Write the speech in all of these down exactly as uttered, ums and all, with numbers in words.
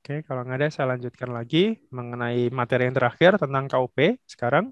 Oke, kalau nggak ada saya lanjutkan lagi mengenai materi yang terakhir tentang K U P sekarang.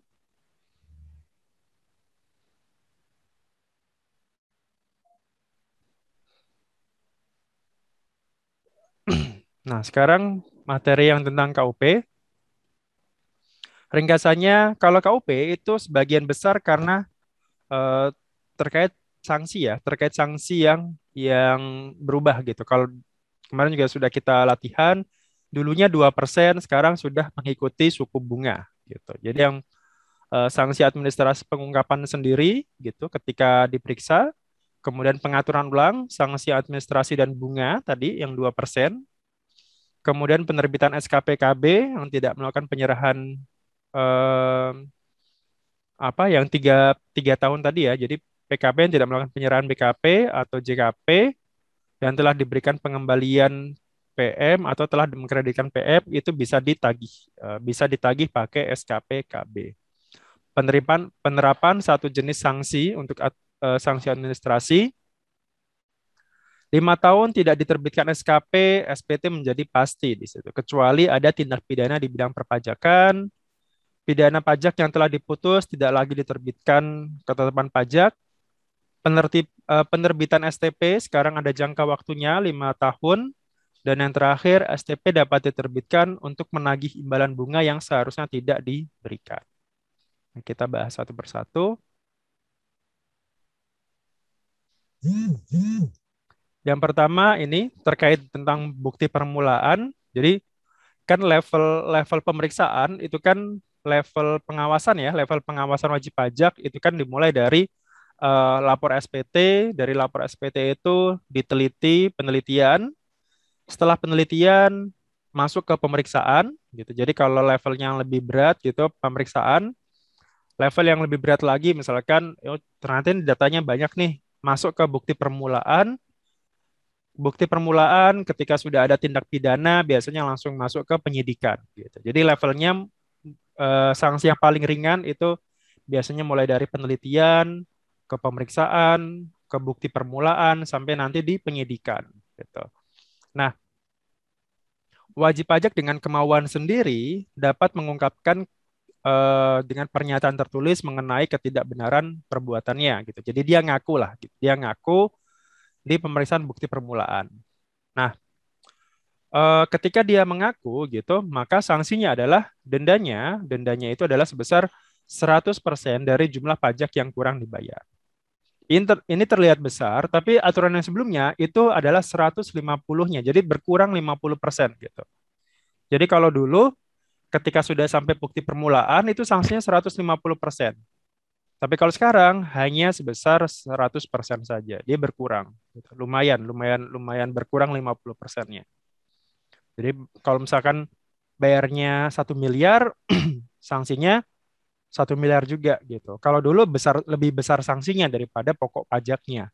Nah, sekarang materi yang tentang K U P. Ringkasannya, kalau K U P itu sebagian besar karena eh, terkait sanksi ya, terkait sanksi yang yang berubah gitu. Kalau kemarin juga sudah kita latihan, dulunya dua persen, sekarang sudah mengikuti suku bunga gitu. Jadi yang eh, sanksi administrasi pengungkapan sendiri gitu ketika diperiksa, kemudian pengaturan ulang, sanksi administrasi dan bunga tadi yang dua persen, kemudian penerbitan S K P K B yang tidak melakukan penyerahan eh, apa yang tiga, tiga tahun tadi ya. Jadi P K B yang tidak melakukan penyerahan B K P atau J K P dan telah diberikan pengembalian P M atau telah mengkreditkan P M itu bisa ditagih, eh, bisa ditagih pakai S K P K B. Penerimaan penerapan satu jenis sanksi untuk ad- eh, sanksi administrasi. Lima tahun tidak diterbitkan S K P, S P T menjadi pasti di situ. Kecuali ada tindak pidana di bidang perpajakan, pidana pajak yang telah diputus tidak lagi diterbitkan ketetapan pajak. Penertib, eh, penerbitan S T P sekarang ada jangka waktunya lima tahun. Dan yang terakhir, S T P dapat diterbitkan untuk menagih imbalan bunga yang seharusnya tidak diberikan. Nah, kita bahas satu persatu. Yang pertama ini terkait tentang bukti permulaan. Jadi kan level level pemeriksaan itu kan level pengawasan ya, level pengawasan wajib pajak itu kan dimulai dari eh, lapor S P T, dari lapor S P T itu diteliti penelitian, setelah penelitian masuk ke pemeriksaan gitu. Jadi kalau levelnya yang lebih berat gitu pemeriksaan, level yang lebih berat lagi misalkan oh, ternyata ini datanya banyak nih, masuk ke bukti permulaan. Bukti permulaan ketika sudah ada tindak pidana biasanya langsung masuk ke penyidikan gitu. Jadi levelnya eh, sanksi yang paling ringan itu biasanya mulai dari penelitian ke pemeriksaan, ke bukti permulaan sampai nanti di penyidikan gitu. Nah, wajib pajak dengan kemauan sendiri dapat mengungkapkan eh, dengan pernyataan tertulis mengenai ketidakbenaran perbuatannya gitu. Jadi dia ngaku lah, gitu. Dia ngaku di pemeriksaan bukti permulaan. Nah, eh, ketika dia mengaku gitu, maka sanksinya adalah dendanya, dendanya itu adalah sebesar seratus persen dari jumlah pajak yang kurang dibayar. Ini, ter- ini terlihat besar, tapi aturan yang sebelumnya itu adalah seratus lima puluh-nya, jadi berkurang lima puluh persen gitu. Jadi kalau dulu ketika sudah sampai bukti permulaan itu sanksinya seratus lima puluh persen. Tapi kalau sekarang hanya sebesar seratus persen saja. Dia berkurang. Gitu. Lumayan, lumayan, lumayan berkurang lima puluh persennya. Jadi kalau misalkan bayarnya satu miliar, sanksinya satu miliar juga gitu. Kalau dulu besar lebih besar sanksinya daripada pokok pajaknya.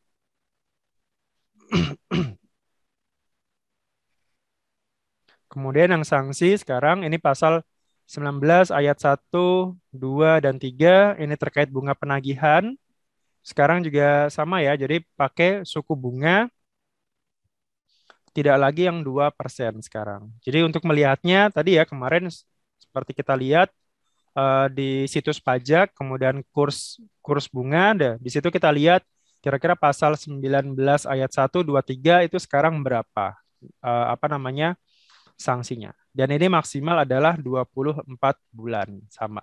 Kemudian yang sanksi sekarang ini pasal sembilan belas ayat satu, dua, dan tiga ini terkait bunga penagihan. Sekarang juga sama ya, jadi pakai suku bunga tidak lagi yang dua persen sekarang. Jadi untuk melihatnya tadi ya kemarin seperti kita lihat eh, di situs pajak, kemudian kurs kurs bunga ada. Di situ kita lihat kira-kira pasal sembilan belas ayat satu, dua, tiga itu sekarang berapa? Eh, apa namanya? Sanksinya. Dan ini maksimal adalah dua puluh empat bulan sama.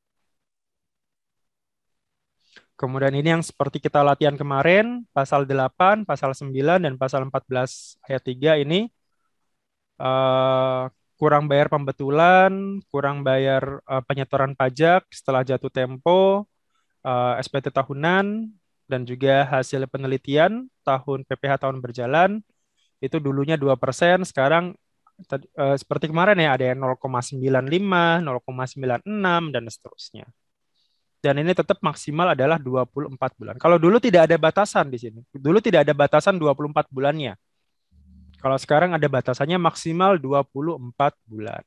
Kemudian ini yang seperti kita latihan kemarin, pasal delapan, pasal sembilan, dan pasal empat belas ayat tiga ini eh, kurang bayar pembetulan, kurang bayar eh, penyetoran pajak setelah jatuh tempo, eh, S P T tahunan, dan juga hasil penelitian tahun P P H tahun berjalan, itu dulunya dua persen, sekarang tadi- eh, seperti kemarin ya ada yang nol koma sembilan lima, nol koma sembilan enam, dan seterusnya. Dan ini tetap maksimal adalah dua puluh empat bulan. Kalau dulu tidak ada batasan di sini. Dulu tidak ada batasan dua puluh empat bulannya. Kalau sekarang ada batasannya maksimal dua puluh empat bulan.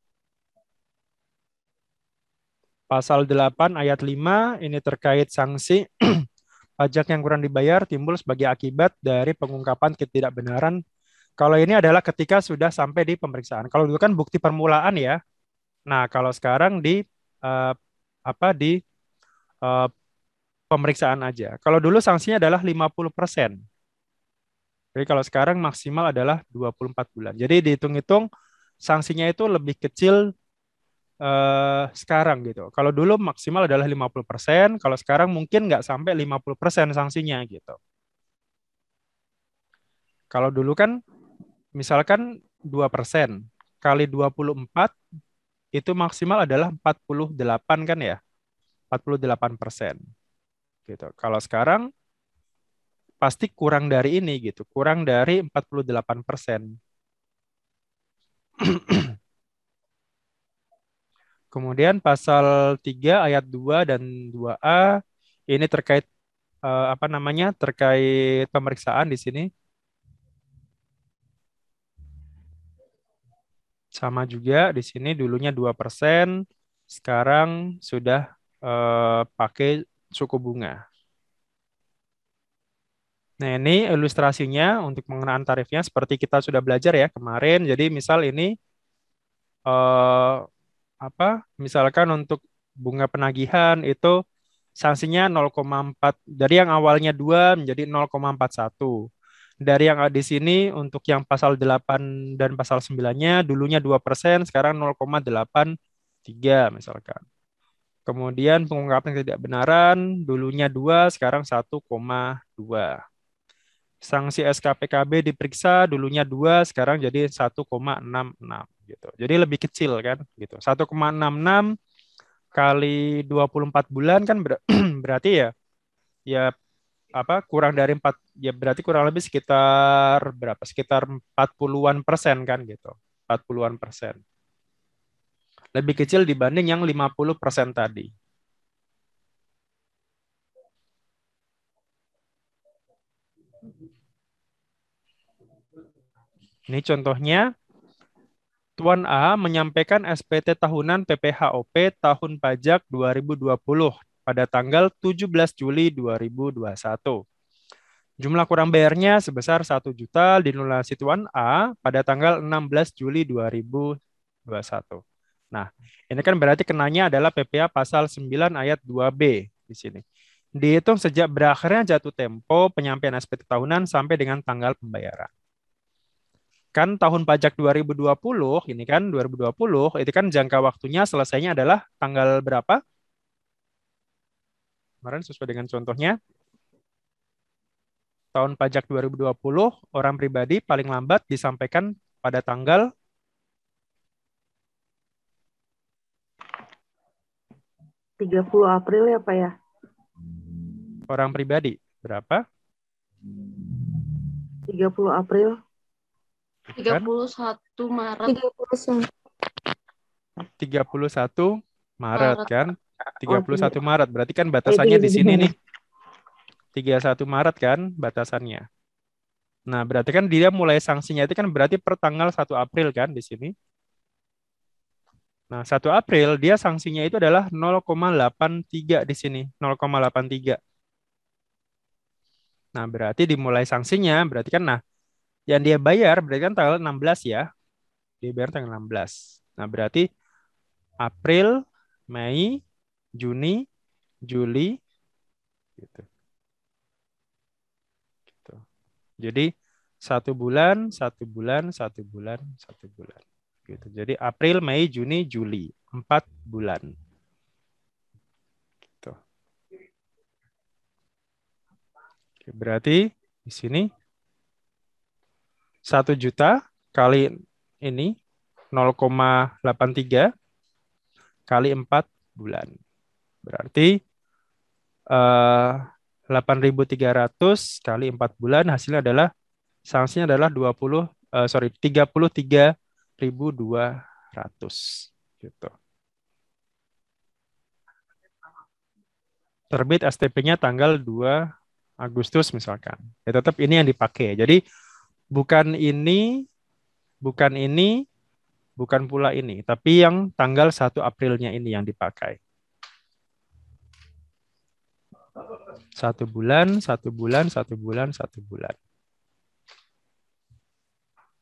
Pasal delapan ayat lima ini terkait sanksi pajak yang kurang dibayar timbul sebagai akibat dari pengungkapan ketidakbenaran Kalau ini adalah ketika sudah sampai di pemeriksaan. Kalau dulu kan bukti permulaan ya. Nah, kalau sekarang di eh, apa di eh, pemeriksaan aja. Kalau dulu sanksinya adalah lima puluh persen. Jadi kalau sekarang maksimal adalah dua puluh empat bulan. Jadi dihitung-hitung sanksinya itu lebih kecil eh, sekarang gitu. Kalau dulu maksimal adalah lima puluh persen, kalau sekarang mungkin nggak sampai lima puluh persen sanksinya gitu. Kalau dulu kan misalkan dua persen kali dua puluh empat itu maksimal adalah empat puluh delapan kan ya, empat puluh delapan persen gitu. Kalau sekarang pasti kurang dari ini gitu, kurang dari empat puluh delapan persen. Kemudian pasal tiga ayat dua dan dua A ini terkait eh, apa namanya? Terkait pemeriksaan di sini. Sama juga di sini dulunya dua persen, sekarang sudah eh, pakai suku bunga. Nah, ini ilustrasinya untuk pengenaan tarifnya seperti kita sudah belajar ya kemarin. Jadi misal ini eh, apa? Misalkan untuk bunga penagihan itu sanksinya nol koma empat dari yang awalnya dua menjadi nol koma empat satu. Dari yang di sini untuk yang pasal delapan dan pasal sembilan-nya dulunya dua persen, sekarang nol koma delapan tiga misalkan. Kemudian pengungkapan ketidakbenaran dulunya dua, sekarang satu koma dua. Sanksi S K P K B diperiksa dulunya dua, sekarang jadi satu koma enam enam gitu. Jadi lebih kecil kan gitu. satu koma enam enam kali dua puluh empat bulan kan ber- berarti ya ya apa kurang dari empat ya berarti kurang lebih sekitar berapa? Sekitar empat puluhan persen kan gitu. empat puluhan persen. Lebih kecil dibanding yang lima puluh persen tadi. Ini contohnya Tuan A menyampaikan S P T tahunan P P H O P tahun pajak dua ribu dua puluh pada tanggal tujuh belas Juli dua ribu dua puluh satu. Jumlah kurang bayarnya sebesar satu juta dilunasi Tuan A pada tanggal enam belas Juli dua ribu dua puluh satu. Nah, ini kan berarti kenanya adalah P P A pasal sembilan ayat dua B di sini. Dihitung sejak berakhirnya jatuh tempo penyampaian S P T tahunan sampai dengan tanggal pembayaran. Kan tahun pajak dua ribu dua puluh, ini kan dua ribu dua puluh, itu kan jangka waktunya selesainya adalah tanggal berapa? Kemarin sesuai dengan contohnya, tahun pajak dua ribu dua puluh, orang pribadi paling lambat disampaikan pada tanggal tiga puluh April ya Pak ya? orang pribadi. Berapa? tiga puluh April. Kan? tiga puluh satu Maret. tiga puluh satu. tiga puluh satu Maret Maret. kan? Oh, tiga puluh satu Maret. Berarti kan eh, batasannya di sini nih. tiga puluh satu. tiga puluh satu Maret kan batasannya. Nah, berarti kan dia mulai sanksinya itu kan berarti per tanggal satu April kan di sini. Nah, satu April dia sanksinya itu adalah nol koma delapan tiga di sini, nol koma delapan tiga. Nah, berarti dimulai sanksinya, berarti kan nah, yang dia bayar berarti kan tanggal enam belas ya. Dia bayar tanggal enam belas. Nah, berarti April, Mei, Juni, Juli gitu. Gitu. Jadi satu bulan, satu bulan, satu bulan, satu bulan. Gitu. Jadi April, Mei, Juni, Juli, empat bulan. Gitu. Oke, berarti di sini satu juta kali ini nol koma delapan tiga kali empat bulan. Berarti eh, delapan ribu tiga ratus kali empat bulan hasilnya adalah sanksinya adalah dua puluh eh, sorry tiga puluh tiga ribu dua ratus gitu. Terbit S T P-nya tanggal dua Agustus misalkan. Ya tetap ini yang dipakai. Jadi bukan ini, bukan ini, bukan pula ini, tapi yang tanggal satu Aprilnya ini yang dipakai. Satu bulan, satu bulan, satu bulan, satu bulan.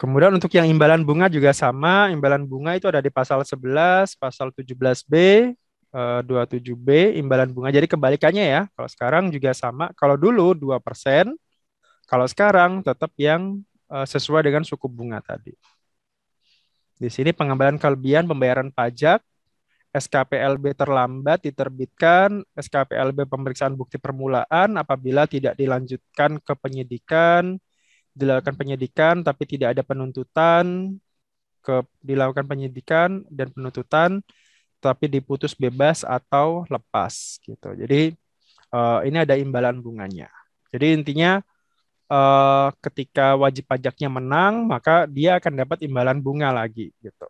Kemudian untuk yang imbalan bunga juga sama, imbalan bunga itu ada di pasal sebelas, pasal tujuh belas B, eh, dua puluh tujuh B, imbalan bunga. Jadi kebalikannya ya, kalau sekarang juga sama. Kalau dulu dua persen, kalau sekarang tetap yang eh, sesuai dengan suku bunga tadi. Di sini pengembalian kelebihan pembayaran pajak, S K P L B terlambat diterbitkan, S K P L B pemeriksaan bukti permulaan apabila tidak dilanjutkan ke penyidikan, dilakukan penyidikan tapi tidak ada penuntutan, ke dilakukan penyidikan dan penuntutan tapi diputus bebas atau lepas gitu. Jadi eh, ini ada imbalan bunganya. Jadi intinya eh, ketika wajib pajaknya menang maka dia akan dapat imbalan bunga lagi gitu.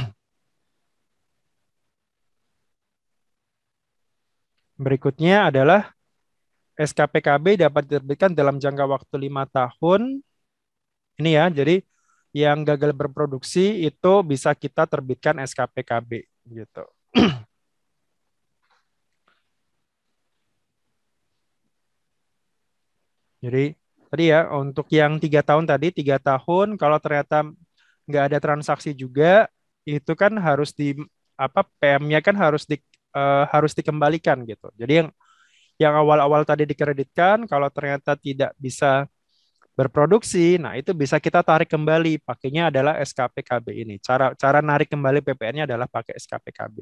Berikutnya adalah S K P K B dapat diterbitkan dalam jangka waktu lima tahun. Ini ya, jadi yang gagal berproduksi itu bisa kita terbitkan S K P K B gitu. Jadi tadi ya untuk yang tiga tahun tadi tiga tahun kalau ternyata nggak ada transaksi juga itu kan harus di apa P M-nya kan harus di eh, harus dikembalikan gitu. Jadi yang yang awal-awal tadi dikreditkan kalau ternyata tidak bisa berproduksi, nah itu bisa kita tarik kembali. Pakainya adalah S K P K B ini. Cara cara narik kembali P P N-nya adalah pakai S K P K B.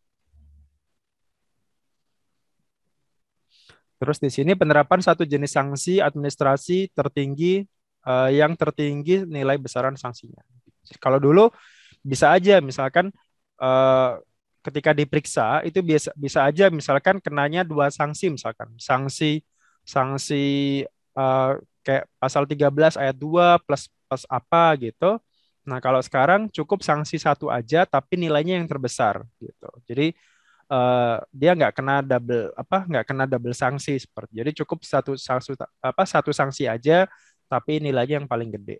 Terus di sini penerapan satu jenis sanksi administrasi tertinggi eh, yang tertinggi nilai besaran sanksinya. Kalau dulu bisa aja misalkan eh, ketika diperiksa itu bisa bisa aja misalkan kenanya dua sanksi misalkan sanksi sanksi eh, kayak pasal tiga belas ayat dua plus plus apa gitu. Nah, kalau sekarang cukup sanksi satu aja tapi nilainya yang terbesar gitu. Jadi eh, dia nggak kena double apa nggak kena double sanksi seperti jadi cukup satu sanksi apa satu sanksi aja tapi nilainya yang paling gede.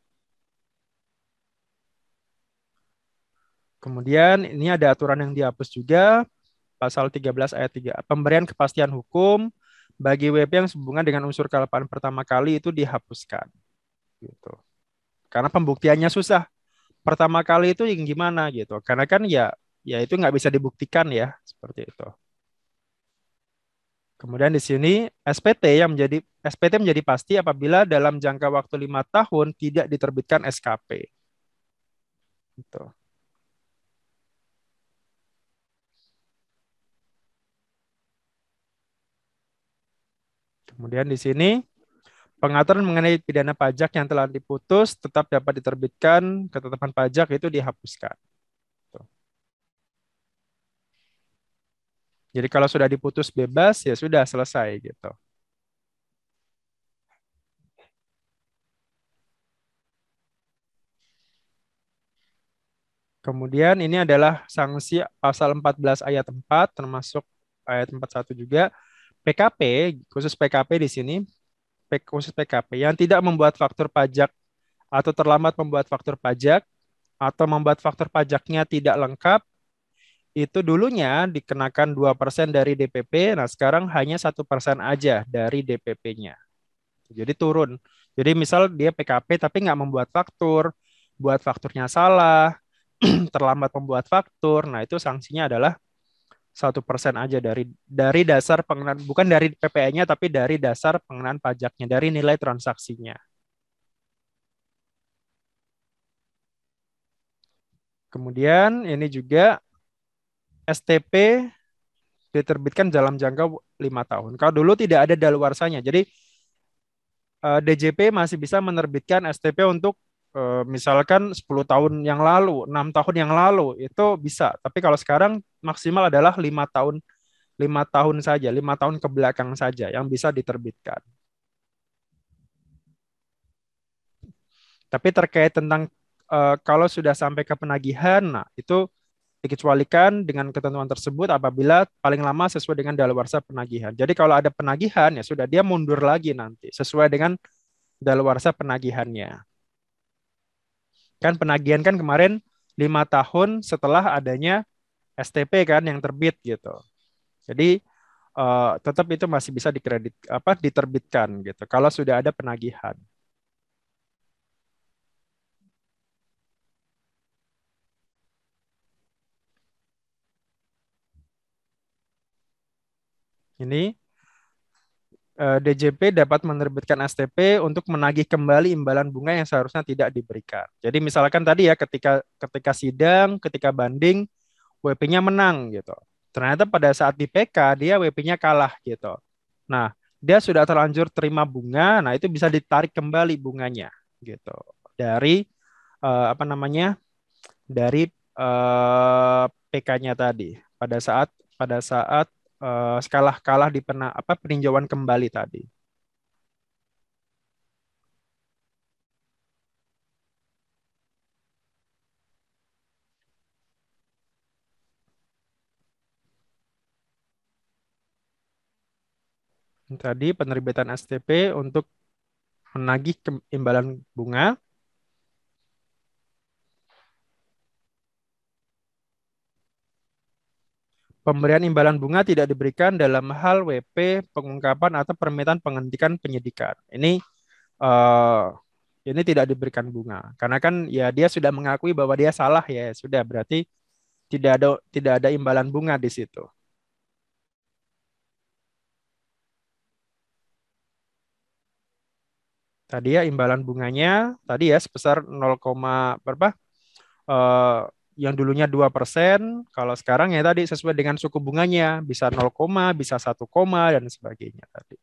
Kemudian ini ada aturan yang dihapus juga pasal tiga belas ayat tiga pemberian kepastian hukum bagi W P yang sehubungan dengan unsur kelapaan pertama kali itu dihapuskan gitu karena pembuktiannya susah pertama kali itu yang gimana gitu karena kan ya ya itu nggak bisa dibuktikan ya seperti itu. Kemudian di sini S P T yang menjadi S P T menjadi pasti apabila dalam jangka waktu lima tahun tidak diterbitkan S K P. Gitu. Kemudian di sini pengaturan mengenai pidana pajak yang telah diputus tetap dapat diterbitkan, ketetapan pajak itu dihapuskan. Tuh. Jadi kalau sudah diputus bebas ya sudah selesai gitu. Kemudian ini adalah sanksi pasal empat belas ayat empat termasuk ayat empat puluh satu juga P K P khusus P K P di sini P- khusus P K P yang tidak membuat faktur pajak atau terlambat membuat faktur pajak atau membuat faktur pajaknya tidak lengkap itu dulunya dikenakan dua persen dari D P P, nah sekarang hanya satu persen aja dari D P P-nya. Jadi turun. Jadi misal dia P K P tapi nggak membuat faktur, buat fakturnya salah, terlambat membuat faktur, nah itu sanksinya adalah satu persen aja dari dari dasar pengenaan, bukan dari P P N-nya tapi dari dasar pengenaan pajaknya, dari nilai transaksinya. Kemudian ini juga S T P diterbitkan dalam jangka lima tahun. Kalau dulu tidak ada daluarsanya, jadi eh, D J P masih bisa menerbitkan S T P untuk eh, misalkan sepuluh tahun yang lalu, enam tahun yang lalu, itu bisa. Tapi kalau sekarang maksimal adalah lima tahun, lima tahun saja, lima tahun ke belakang saja yang bisa diterbitkan. Tapi terkait tentang eh, kalau sudah sampai ke penagihan, nah itu dikecualikan dengan ketentuan tersebut apabila paling lama sesuai dengan daluarsa penagihan. Jadi kalau ada penagihan ya sudah dia mundur lagi nanti sesuai dengan daluarsa penagihannya. Kan penagihan kan kemarin lima tahun setelah adanya S T P kan yang terbit gitu. Jadi eh, tetap itu masih bisa dikredit apa diterbitkan gitu kalau sudah ada penagihan. Ini eh, D J P dapat menerbitkan S T P untuk menagih kembali imbalan bunga yang seharusnya tidak diberikan. Jadi misalkan tadi ya ketika ketika sidang, ketika banding W P-nya menang gitu. Ternyata pada saat di P K dia W P-nya kalah gitu. Nah, dia sudah terlanjur terima bunga, nah itu bisa ditarik kembali bunganya gitu. Dari eh, apa namanya? Dari eh, P K-nya tadi pada saat pada saat eh, kalah kalah di pena, apa peninjauan kembali tadi. Tadi penerbitan S T P untuk menagih ke- imbalan bunga. Pemberian imbalan bunga tidak diberikan dalam hal W P, pengungkapan atau permintaan penghentian penyidikan. Ini eh, ini tidak diberikan bunga karena kan ya dia sudah mengakui bahwa dia salah ya sudah berarti tidak ada tidak ada imbalan bunga di situ. Tadi ya imbalan bunganya tadi ya sebesar nol, berapa? Eh, yang dulunya dua persen, kalau sekarang ya tadi sesuai dengan suku bunganya bisa nol, bisa satu, dan sebagainya tadi.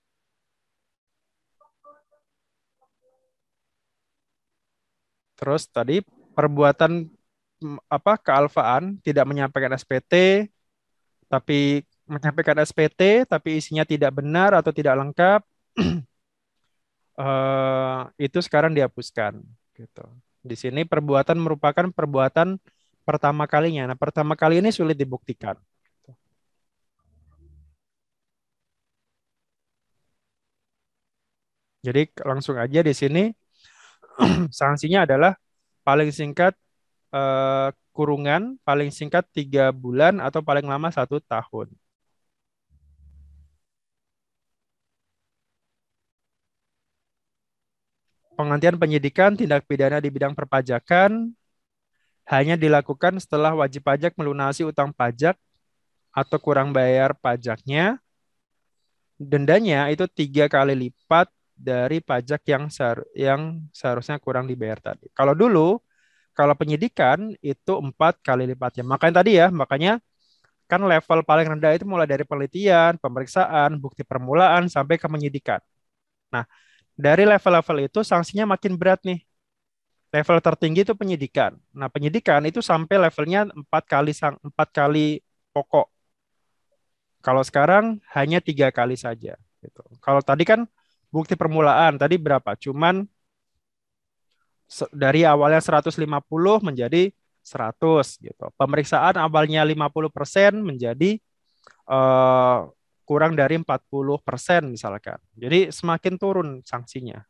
Terus tadi perbuatan mm, apa kealfaan tidak menyampaikan S P T tapi menyampaikan S P T tapi isinya tidak benar atau tidak lengkap eh, itu sekarang dihapuskan gitu. Di sini perbuatan merupakan perbuatan pertama kalinya. Nah, pertama kali ini sulit dibuktikan. Jadi langsung aja di sini sanksinya adalah paling singkat eh, kurungan, paling singkat tiga bulan atau paling lama satu tahun. Penghentian penyidikan tindak pidana di bidang perpajakan hanya dilakukan setelah wajib pajak melunasi utang pajak atau kurang bayar pajaknya. Dendanya itu tiga kali lipat dari pajak yang seharusnya, yang seharusnya kurang dibayar tadi. Kalau dulu, kalau penyidikan itu empat kali lipatnya. Makanya tadi ya, makanya kan level paling rendah itu mulai dari penelitian, pemeriksaan, bukti permulaan sampai ke penyidikan. Nah, dari level-level itu sanksinya makin berat nih. Level tertinggi itu penyidikan. Nah, penyidikan itu sampai levelnya empat kali sang empat kali pokok. Kalau sekarang hanya tiga kali saja. Gitu. Kalau tadi kan bukti permulaan tadi berapa? Cuman dari awalnya seratus lima puluh menjadi seratus gitu. Pemeriksaan awalnya lima puluh persen menjadi eh, kurang dari empat puluh persen misalkan. Jadi semakin turun sanksinya.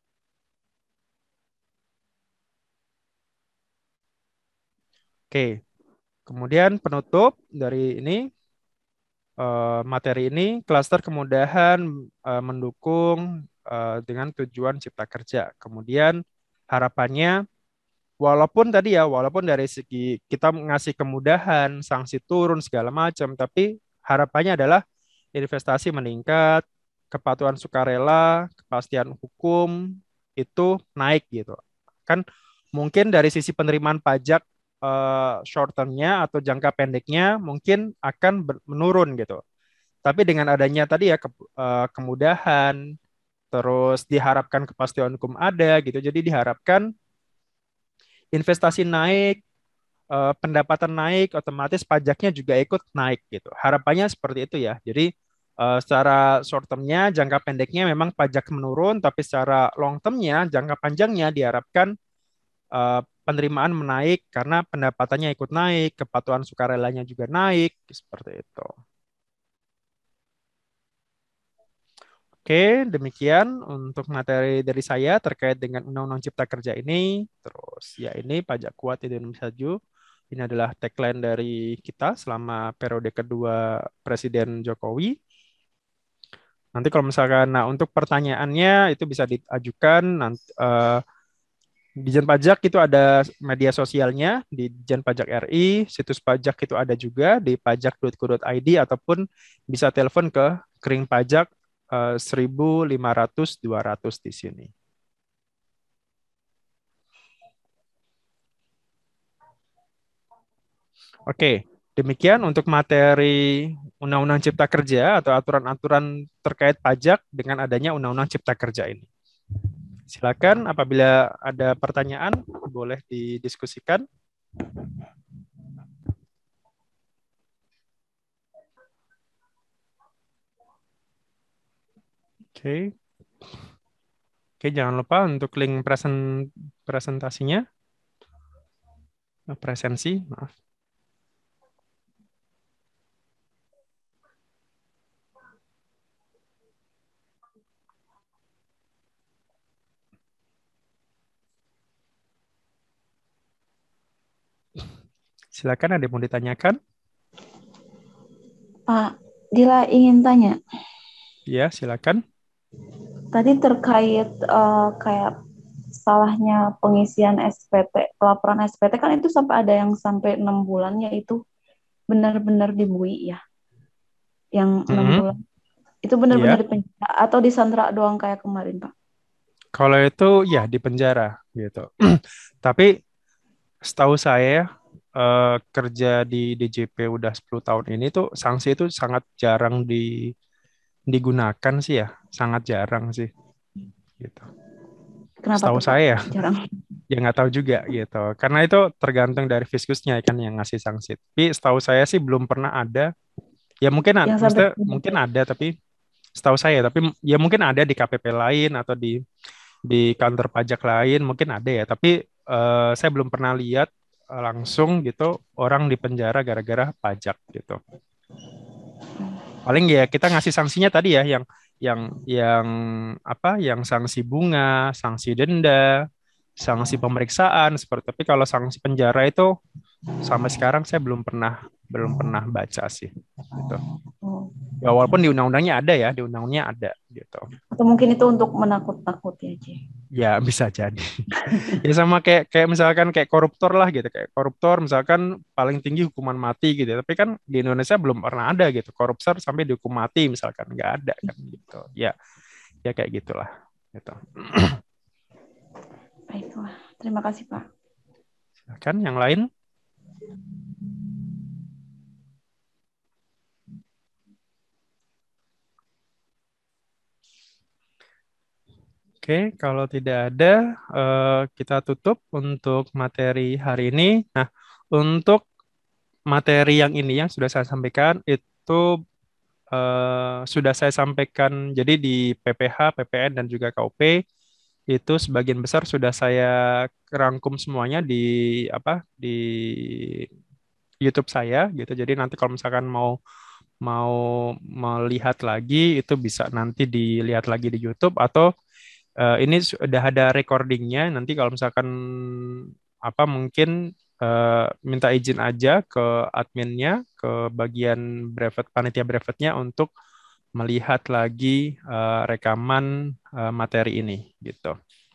Oke, kemudian penutup dari ini eh, materi ini klaster kemudahan eh, mendukung eh, dengan tujuan cipta kerja. Kemudian harapannya walaupun tadi ya walaupun dari segi kita ngasih kemudahan, sanksi turun segala macam, tapi harapannya adalah investasi meningkat, kepatuhan sukarela, kepastian hukum itu naik gitu. Kan mungkin dari sisi penerimaan pajak eh, short term-nya atau jangka pendeknya mungkin akan ber- menurun gitu. Tapi dengan adanya tadi ya ke- eh, kemudahan, terus diharapkan kepastian hukum ada gitu. Jadi diharapkan investasi naik, eh, pendapatan naik, otomatis pajaknya juga ikut naik gitu. Harapannya seperti itu ya. Jadi eh, secara short term-nya, jangka pendeknya memang pajak menurun, tapi secara long term-nya, jangka panjangnya diharapkan eh, penerimaan menaik karena pendapatannya ikut naik, kepatuhan sukarelanya juga naik, seperti itu. Oke, demikian untuk materi dari saya terkait dengan Undang-Undang Cipta Kerja ini. Terus ya ini pajak kuat di Indonesia Maju. Ini adalah tagline dari kita selama periode kedua Presiden Jokowi. Nanti kalau misalkan, nah untuk pertanyaannya itu bisa diajukan nanti, eh, Dijen Pajak itu ada media sosialnya di Dijen Pajak R I, situs pajak itu ada juga di pajak titik go titik i d ataupun bisa telepon ke Kering Pajak eh, seribu lima ratus dua ratus di sini. Oke, demikian untuk materi Undang-Undang Cipta Kerja atau aturan-aturan terkait pajak dengan adanya Undang-Undang Cipta Kerja ini. Silakan apabila ada pertanyaan boleh didiskusikan. Oke. Oke, jangan lupa untuk link presen presentasinya. Presensi, maaf. Silakan, ada yang mau ditanyakan? Pak, Dila ingin tanya. Ya, silakan. Tadi terkait uh, kayak salahnya pengisian S P T, pelaporan S P T kan itu sampai ada yang sampai enam bulan, yaitu benar-benar di B U I ya, yang enam Mm-hmm. bulan. Itu benar-benar Iya. di penjara atau disandra doang kayak kemarin, Pak? Kalau itu ya di penjara gitu. Tapi setahu saya eh, kerja di D J P udah sepuluh tahun ini tuh sanksi itu sangat jarang di digunakan sih ya, sangat jarang sih gitu. Kenapa Setahu tuh, Pak? saya ya, Jarang. ya nggak tahu juga gitu. Karena itu tergantung dari fiskusnya kan yang ngasih sanksi. Tapi setahu saya sih belum pernah ada. Ya mungkin ada, Yang sampai maksudnya mungkin ada tapi setahu saya, tapi ya mungkin ada di K P P lain atau di di kantor pajak lain mungkin ada ya, tapi eh, saya belum pernah lihat eh, langsung gitu orang di penjara gara-gara pajak gitu. Paling ya kita ngasih sanksinya tadi ya yang yang yang apa? Yang sanksi bunga, sanksi denda, sanksi pemeriksaan seperti. Tapi kalau sanksi penjara itu sampai sekarang saya belum pernah belum pernah baca sih gitu. Oh. Ya walaupun di undang-undangnya ada ya, di undang-undangnya ada gitu. Atau mungkin itu untuk menakut-nakuti aja. Ya bisa jadi. Ya sama kayak kayak misalkan kayak koruptor lah gitu, kayak koruptor misalkan paling tinggi hukuman mati gitu. Tapi kan di Indonesia belum pernah ada gitu koruptor sampai dihukum mati misalkan, nggak ada kan gitu. Ya ya kayak gitulah gitu. Baiklah, terima kasih, Pak. Silakan yang lain. Oke, kalau tidak ada, eh, kita tutup untuk materi hari ini. Nah, untuk materi yang ini yang sudah saya sampaikan itu eh, sudah saya sampaikan jadi di P P H, P P N dan juga K U P itu sebagian besar sudah saya rangkum semuanya di apa di YouTube saya gitu. Jadi nanti kalau misalkan mau mau melihat lagi itu bisa nanti dilihat lagi di YouTube atau eh, ini sudah ada recordingnya. Nanti kalau misalkan apa mungkin eh, minta izin aja ke adminnya, ke bagian brevet panitia brevetnya untuk melihat lagi eh, rekaman eh, materi ini gitu.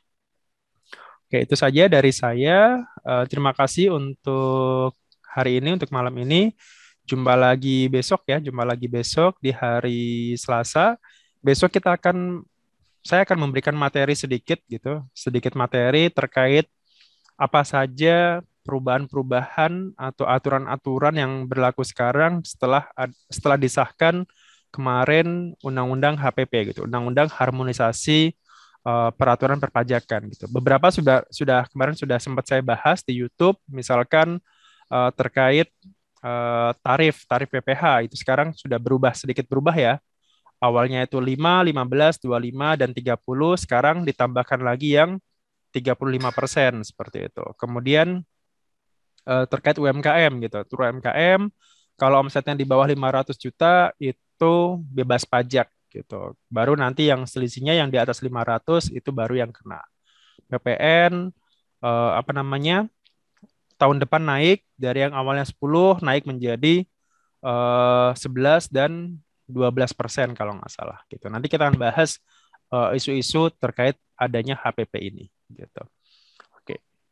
Oke, itu saja dari saya. Eh, terima kasih untuk hari ini, untuk malam ini. Jumpa lagi besok ya, jumpa lagi besok di hari Selasa. Besok kita akan saya akan memberikan materi sedikit gitu, sedikit materi terkait apa saja perubahan-perubahan atau aturan-aturan yang berlaku sekarang setelah setelah disahkan kemarin Undang-Undang H P P gitu, Undang-Undang Harmonisasi uh, Peraturan Perpajakan gitu. Beberapa sudah sudah kemarin sudah sempat saya bahas di YouTube, misalkan uh, terkait uh, tarif tarif P P H itu sekarang sudah berubah sedikit berubah ya. Awalnya itu lima, lima belas, dua puluh lima, dan tiga puluh. Sekarang ditambahkan lagi yang tiga puluh lima persen seperti itu. Kemudian eh, terkait U M K M gitu. Tur U M K M, kalau omsetnya di bawah lima ratus juta itu bebas pajak gitu. Baru nanti yang selisihnya yang di atas lima ratus itu baru yang kena. P P N, eh, apa namanya, tahun depan naik dari yang awalnya sepuluh naik menjadi eh, sebelas dan dua belas persen kalau nggak salah gitu. Nanti kita akan bahas eh, isu-isu terkait adanya H P P ini gitu. Oke.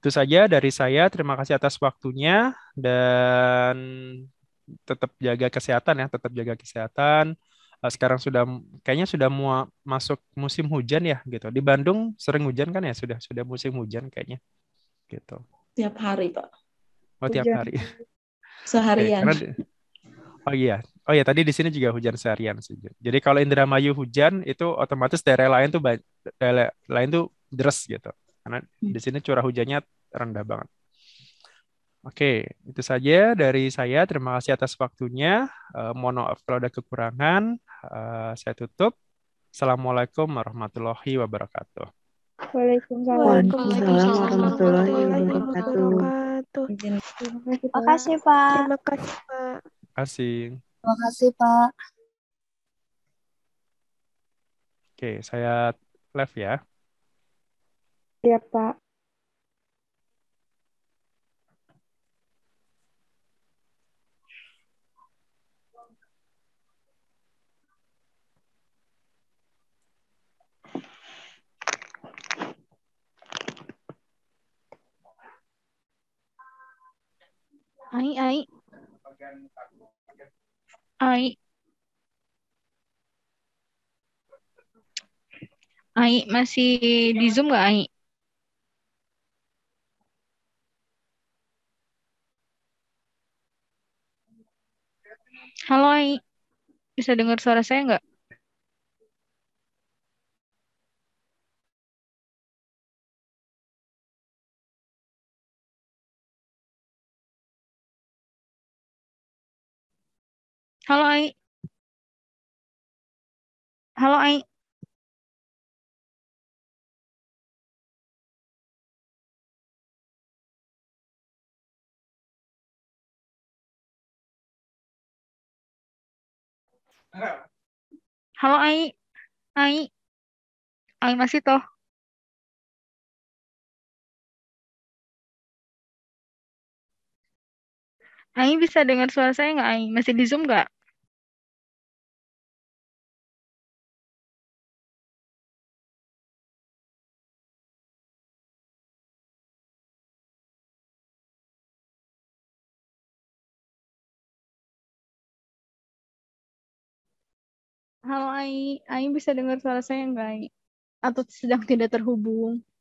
Itu saja dari saya. Terima kasih atas waktunya dan tetap jaga kesehatan ya, tetap jaga kesehatan. Eh, Sekarang sudah kayaknya sudah mau masuk musim hujan ya gitu. Di Bandung sering hujan kan ya, sudah sudah musim hujan kayaknya gitu. Tiap hari, Pak. Oh, tiap Hujan. hari. Oke, Seharian. karena di- oh iya. Oh iya, tadi di sini juga hujan seharian sih. Jadi kalau Indramayu hujan itu otomatis daerah lain tuh ba- daerah lain tuh deres gitu. Karena Hmm. di sini curah hujannya rendah banget. Oke, itu saja dari saya. Terima kasih atas waktunya. Eh, mohon maaf kalau ada kekurangan. Eh, saya tutup. Assalamualaikum warahmatullahi wabarakatuh. Waalaikumsalam Waalaikumsalam warahmatullahi warahmatullahi wabarakatuh. wabarakatuh. Izin. Terima kasih, Pak. Makasih, Pak. Terima kasih, Pak. Terima kasih. Terima kasih, Pak. Oke, saya live ya. Ya, Pak. Ai, ai, ai, ai, masih di Zoom nggak, Ai? Halo, Ai. Bisa dengar suara saya nggak? Halo, Ai. Halo, Ai. Halo, Ai. Ai. Ai masih toh? Ai bisa dengar suara saya nggak, Ai? Masih di Zoom nggak? Halo, Ai. Ai bisa dengar suara saya nggak, Ai? Atau sedang tidak terhubung?